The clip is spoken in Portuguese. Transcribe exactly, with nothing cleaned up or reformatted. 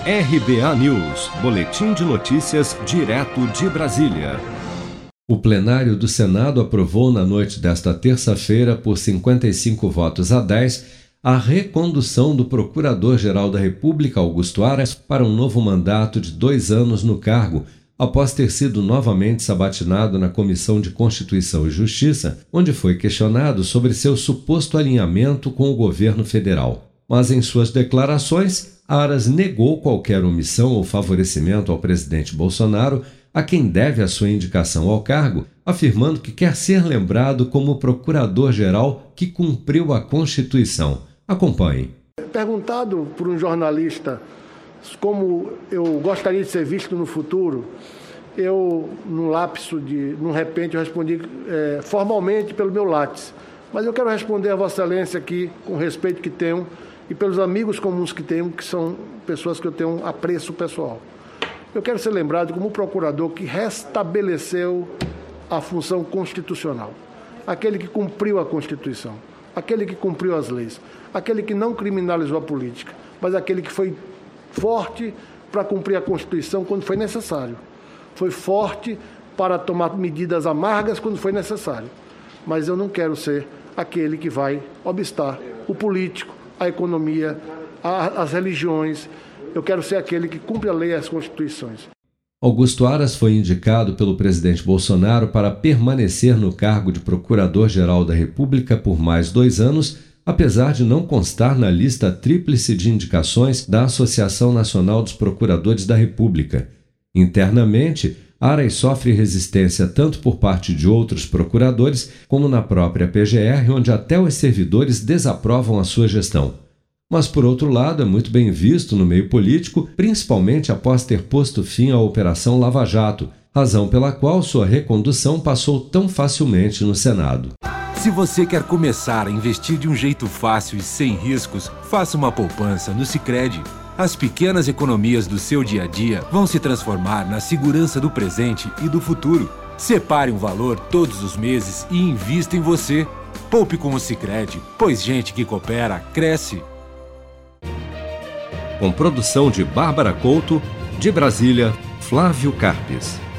R B A News, boletim de notícias direto de Brasília. O plenário do Senado aprovou na noite desta terça-feira, por cinquenta e cinco votos a dez, a recondução do Procurador-Geral da República, Augusto Aras, para um novo mandato de dois anos no cargo, após ter sido novamente sabatinado na Comissão de Constituição e Justiça, onde foi questionado sobre seu suposto alinhamento com o governo federal. Mas em suas declarações, Aras negou qualquer omissão ou favorecimento ao presidente Bolsonaro, a quem deve a sua indicação ao cargo, afirmando que quer ser lembrado como procurador-geral que cumpriu a Constituição. Acompanhe. Perguntado por um jornalista como eu gostaria de ser visto no futuro, eu, num lapso de, num repente, eu respondi é, formalmente pelo meu látis. Mas eu quero responder a Vossa Excelência aqui, com o respeito que tenho, e pelos amigos comuns que tenho, que são pessoas que eu tenho apreço pessoal. Eu quero ser lembrado como o procurador que restabeleceu a função constitucional, aquele que cumpriu a Constituição, aquele que cumpriu as leis, aquele que não criminalizou a política, mas aquele que foi forte para cumprir a Constituição quando foi necessário, foi forte para tomar medidas amargas quando foi necessário. Mas eu não quero ser aquele que vai obstar o político, a economia, a, as religiões. Eu quero ser aquele que cumpre a lei e as constituições. Augusto Aras foi indicado pelo presidente Bolsonaro para permanecer no cargo de Procurador-Geral da República por mais dois anos, apesar de não constar na lista tríplice de indicações da Associação Nacional dos Procuradores da República. Internamente, Aras sofre resistência tanto por parte de outros procuradores, como na própria P G R, onde até os servidores desaprovam a sua gestão. Mas, por outro lado, é muito bem visto no meio político, principalmente após ter posto fim à Operação Lava Jato, razão pela qual sua recondução passou tão facilmente no Senado. Se você quer começar a investir de um jeito fácil e sem riscos, faça uma poupança no Sicredi. As pequenas economias do seu dia a dia vão se transformar na segurança do presente e do futuro. Separe um valor todos os meses e invista em você. Poupe com o Sicredi, pois gente que coopera, cresce. Com produção de Bárbara Couto, de Brasília, Flávio Carpes.